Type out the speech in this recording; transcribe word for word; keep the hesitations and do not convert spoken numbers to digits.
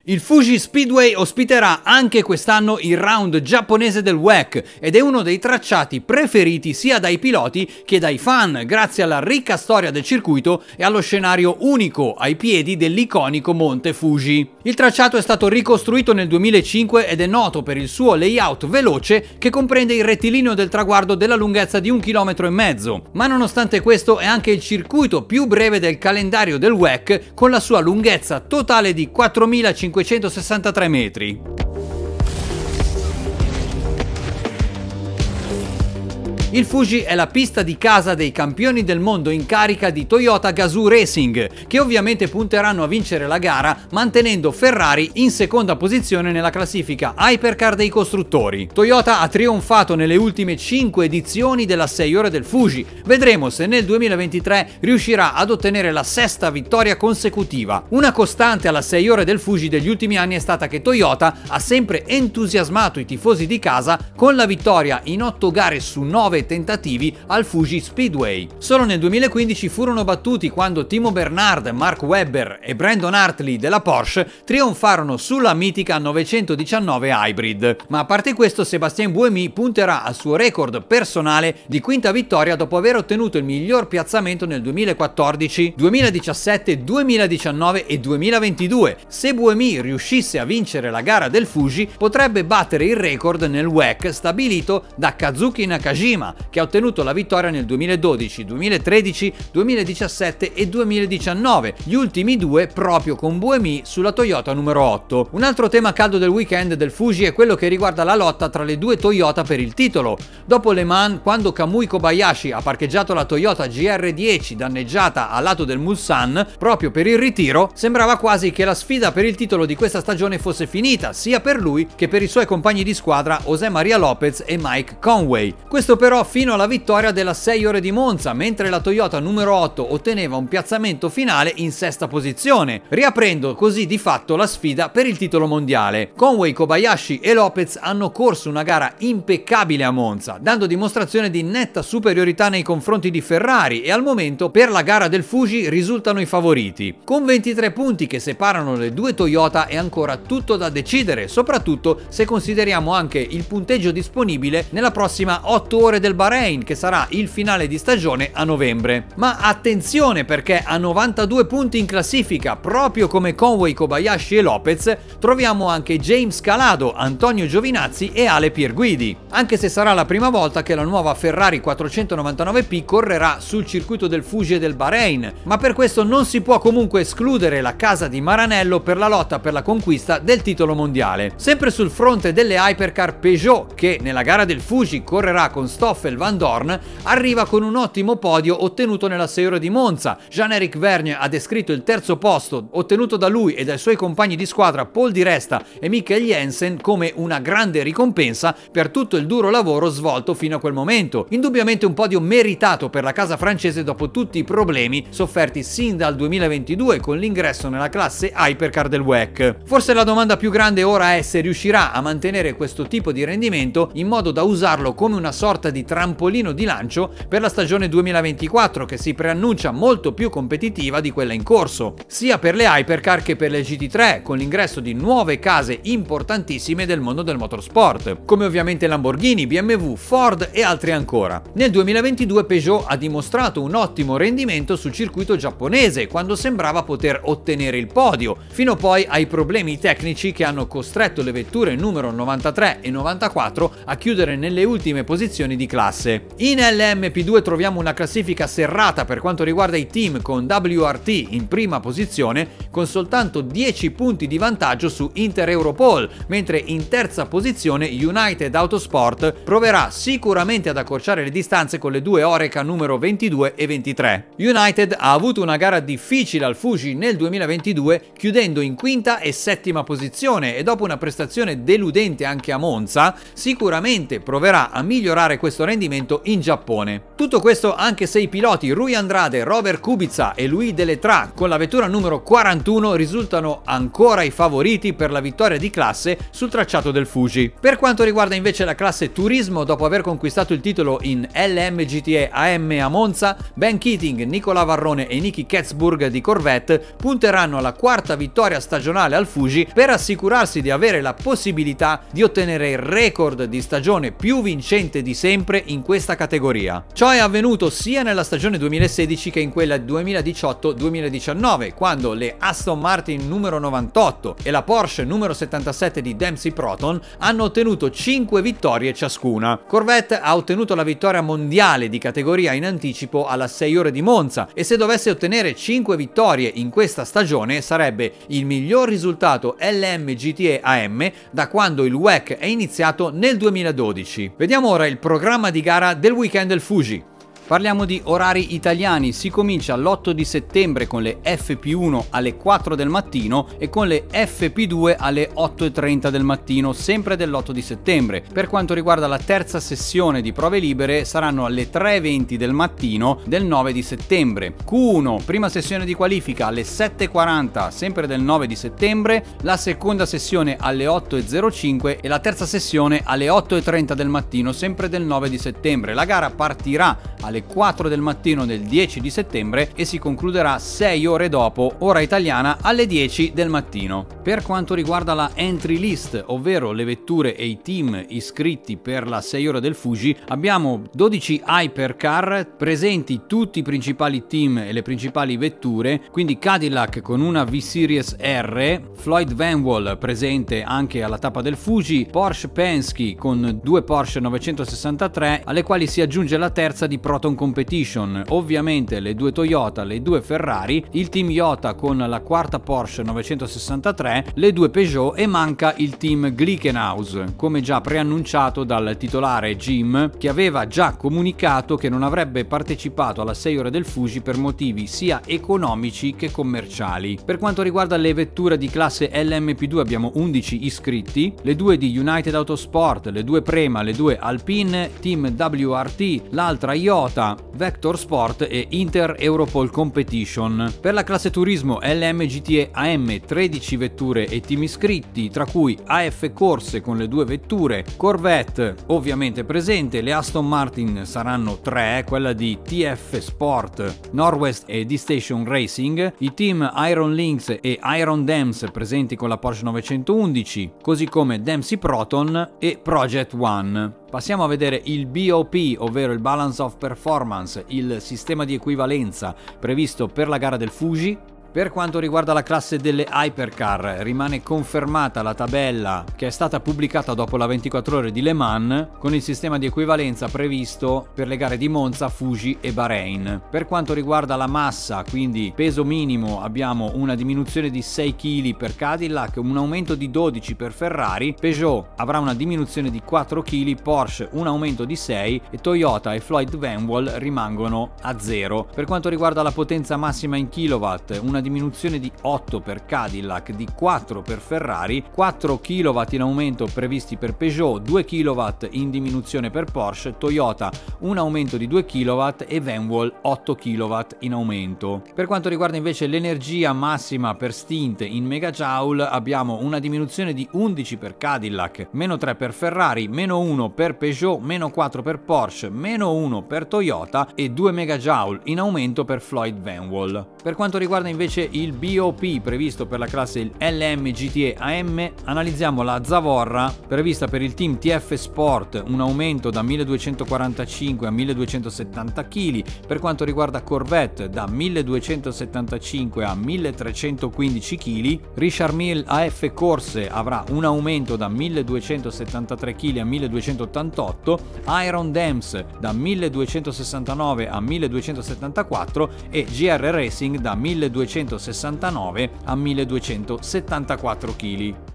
Il Fuji Speedway ospiterà anche quest'anno il round giapponese del W E C ed è uno dei tracciati preferiti sia dai piloti che dai fan, grazie alla ricca storia del circuito e allo scenario unico ai piedi dell'iconico Monte Fuji. Il tracciato è stato ricostruito nel duemilacinque ed è noto per il suo layout veloce che comprende il rettilineo del traguardo della lunghezza di un chilometro e mezzo, ma nonostante questo è anche il circuito più breve del calendario del W E C con la sua lunghezza totale di quattromilacinquecentosessantatré metri. Il Fuji è la pista di casa dei campioni del mondo in carica di Toyota Gazoo Racing, che ovviamente punteranno a vincere la gara mantenendo Ferrari in seconda posizione nella classifica Hypercar dei costruttori. Toyota ha trionfato nelle ultime cinque edizioni della sei ore del Fuji, vedremo se nel duemilaventitré riuscirà ad ottenere la sesta vittoria consecutiva. Una costante alla sei ore del Fuji degli ultimi anni è stata che Toyota ha sempre entusiasmato i tifosi di casa con la vittoria in otto gare su nove tentativi al Fuji Speedway. Solo nel duemilaquindici furono battuti quando Timo Bernard, Mark Webber e Brandon Hartley della Porsche trionfarono sulla mitica novecentodiciannove Hybrid. Ma a parte questo, Sébastien Buemi punterà al suo record personale di quinta vittoria dopo aver ottenuto il miglior piazzamento nel duemilaquattordici, duemiladiciassette, duemiladiciannove e duemilaventidue. Se Buemi riuscisse a vincere la gara del Fuji, potrebbe battere il record nel W E C stabilito da Kazuki Nakajima, che ha ottenuto la vittoria nel duemiladodici, duemilatredici, duemiladiciassette e duemiladiciannove, gli ultimi due proprio con Buemi sulla Toyota numero otto. Un altro tema caldo del weekend del Fuji è quello che riguarda la lotta tra le due Toyota per il titolo. Dopo Le Mans, quando Kamui Kobayashi ha parcheggiato la Toyota G R dieci danneggiata al lato del Mulsanne proprio per il ritiro, sembrava quasi che la sfida per il titolo di questa stagione fosse finita, sia per lui che per i suoi compagni di squadra José María López e Mike Conway. Questo però fino alla vittoria della sei ore di Monza, mentre la Toyota numero otto otteneva un piazzamento finale in sesta posizione, riaprendo così di fatto la sfida per il titolo mondiale. Conway, Kobayashi e Lopez hanno corso una gara impeccabile a Monza, dando dimostrazione di netta superiorità nei confronti di Ferrari e al momento per la gara del Fuji risultano i favoriti. Con ventitré punti che separano le due Toyota è ancora tutto da decidere, soprattutto se consideriamo anche il punteggio disponibile nella prossima otto ore del Bahrain, che sarà il finale di stagione a novembre. Ma attenzione, perché a novantadue punti in classifica, proprio come Conway, Kobayashi e Lopez, troviamo anche James Calado, Antonio Giovinazzi e Ale Pierguidi, anche se sarà la prima volta che la nuova Ferrari quattrocentonovantanove P correrà sul circuito del Fuji e del Bahrain, ma per questo non si può comunque escludere la casa di Maranello per la lotta per la conquista del titolo mondiale. Sempre sul fronte delle Hypercar, Peugeot, che nella gara del Fuji correrà con Stoffel Van Dorn, arriva con un ottimo podio ottenuto nella sei ore di Monza. Jean-Éric Vergne ha descritto il terzo posto ottenuto da lui e dai suoi compagni di squadra Paul Di Resta e Mikkel Jensen come una grande ricompensa per tutto il duro lavoro svolto fino a quel momento. Indubbiamente un podio meritato per la casa francese dopo tutti i problemi sofferti sin dal duemilaventidue con l'ingresso nella classe Hypercar del W E C. Forse la domanda più grande ora è se riuscirà a mantenere questo tipo di rendimento in modo da usarlo come una sorta di trampolino di lancio per la stagione duemilaventiquattro, che si preannuncia molto più competitiva di quella in corso, sia per le Hypercar che per le G T tre, con l'ingresso di nuove case importantissime del mondo del motorsport, come ovviamente Lamborghini, B M W, Ford e altri ancora. Nel duemilaventidue Peugeot ha dimostrato un ottimo rendimento sul circuito giapponese, quando sembrava poter ottenere il podio, fino poi ai problemi tecnici che hanno costretto le vetture numero novantatré e novantaquattro a chiudere nelle ultime posizioni di classe. In L M P due troviamo una classifica serrata per quanto riguarda i team, con W R T in prima posizione con soltanto dieci punti di vantaggio su Inter Europol, mentre in terza posizione United Autosport proverà sicuramente ad accorciare le distanze con le due Oreca numero ventidue e ventitré. United ha avuto una gara difficile al Fuji nel duemilaventidue, chiudendo in quinta e settima posizione, e dopo una prestazione deludente anche a Monza sicuramente proverà a migliorare questo questo rendimento in Giappone. Tutto questo anche se i piloti Rui Andrade, Robert Kubica e Louis Deletraz con la vettura numero quarantuno risultano ancora i favoriti per la vittoria di classe sul tracciato del Fuji. Per quanto riguarda invece la classe turismo, dopo aver conquistato il titolo in L M G T E A M a Monza, Ben Keating, Nicola Varrone e Nicky Katzburg di Corvette punteranno alla quarta vittoria stagionale al Fuji per assicurarsi di avere la possibilità di ottenere il record di stagione più vincente di sempre in questa categoria. Ciò è avvenuto sia nella stagione duemilasedici che in quella duemiladiciotto duemiladiciannove, quando le Aston Martin numero novantotto e la Porsche numero settantasette di Dempsey Proton hanno ottenuto cinque vittorie ciascuna. Corvette ha ottenuto la vittoria mondiale di categoria in anticipo alla sei ore di Monza e se dovesse ottenere cinque vittorie in questa stagione sarebbe il miglior risultato L M G T E A M da quando il W E C è iniziato nel duemiladodici. Vediamo ora il programma di gara del weekend del Fuji. Parliamo di orari italiani, si comincia l'otto di settembre con le F P uno alle quattro del mattino e con le F P due alle otto e trenta del mattino, sempre dell'otto di settembre. Per quanto riguarda la terza sessione di prove libere saranno alle tre e venti del mattino del nove di settembre. Q uno, prima sessione di qualifica alle sette e quaranta, sempre del nove di settembre, la seconda sessione alle otto e zero cinque e la terza sessione alle otto e trenta del mattino, sempre del nove di settembre. La gara partirà alle quattro del mattino del dieci di settembre e si concluderà sei ore dopo, ora italiana, alle dieci del mattino. Per quanto riguarda la entry list, ovvero le vetture e i team iscritti per la sei ore del Fuji, abbiamo dodici hypercar, presenti tutti i principali team e le principali vetture, quindi Cadillac con una V-Series R, Floyd Vanwall presente anche alla tappa del Fuji, Porsche Penske con due Porsche novecentosessantatré, alle quali si aggiunge la terza di Proton Competition, ovviamente le due Toyota, le due Ferrari, il team Iota con la quarta Porsche novecentosessantatré, le due Peugeot e manca il team Glickenhaus, come già preannunciato dal titolare Jim, che aveva già comunicato che non avrebbe partecipato alla sei ore del Fuji per motivi sia economici che commerciali. Per quanto riguarda le vetture di classe L M P due abbiamo undici iscritti, le due di United Autosport, le due Prema, le due Alpine, team W R T, l'altra Iota, Vector Sport e Inter Europol Competition. Per la classe turismo L M G T E A M tredici vetture e team iscritti, tra cui A F Corse con le due vetture, Corvette ovviamente presente, le Aston Martin saranno tre, quella di T F Sport, Norwest e D-Station Racing, i team Iron Lynx e Iron Dams presenti con la Porsche novecentoundici, così come Dempsey Proton e Project One. Passiamo a vedere il B O P, ovvero il Balance of Performance, il sistema di equivalenza previsto per la gara del Fuji. Per quanto riguarda la classe delle hypercar, rimane confermata la tabella che è stata pubblicata dopo la ventiquattro ore di Le Mans con il sistema di equivalenza previsto per le gare di Monza, Fuji e Bahrain. Per quanto riguarda la massa, quindi peso minimo, abbiamo una diminuzione di sei chili per Cadillac, un aumento di dodici per Ferrari, Peugeot avrà una diminuzione di quattro chili, Porsche un aumento di sei e Toyota e Floyd Vanwall rimangono a zero. Per quanto riguarda la potenza massima in kilowatt, una diminuzione di otto per Cadillac, di quattro per Ferrari, quattro chilowatt in aumento previsti per Peugeot, due chilowatt in diminuzione per Porsche, Toyota un aumento di due chilowatt e Vanwall otto chilowatt in aumento. Per quanto riguarda invece l'energia massima per stint in megajoule, abbiamo una diminuzione di undici per Cadillac, meno tre per Ferrari, meno uno per Peugeot, meno quattro per Porsche, meno uno per Toyota e due megajoule in aumento per Floyd Vanwall. Per quanto riguarda invece il B O P previsto per la classe L M G T E A M, analizziamo la zavorra prevista per il team T F Sport, un aumento da milleduecentoquarantacinque a milleduecentosettanta chili, per quanto riguarda Corvette da milleduecentosettantacinque a milletrecentoquindici chili, Richard Mille A F Corse avrà un aumento da milleduecentosettantatré chili a milleduecentottantotto, Iron Dams da milleduecentosessantanove a milleduecentosettantaquattro e G R Racing da milleduecentosessantanove a milleduecentosettantaquattro chili.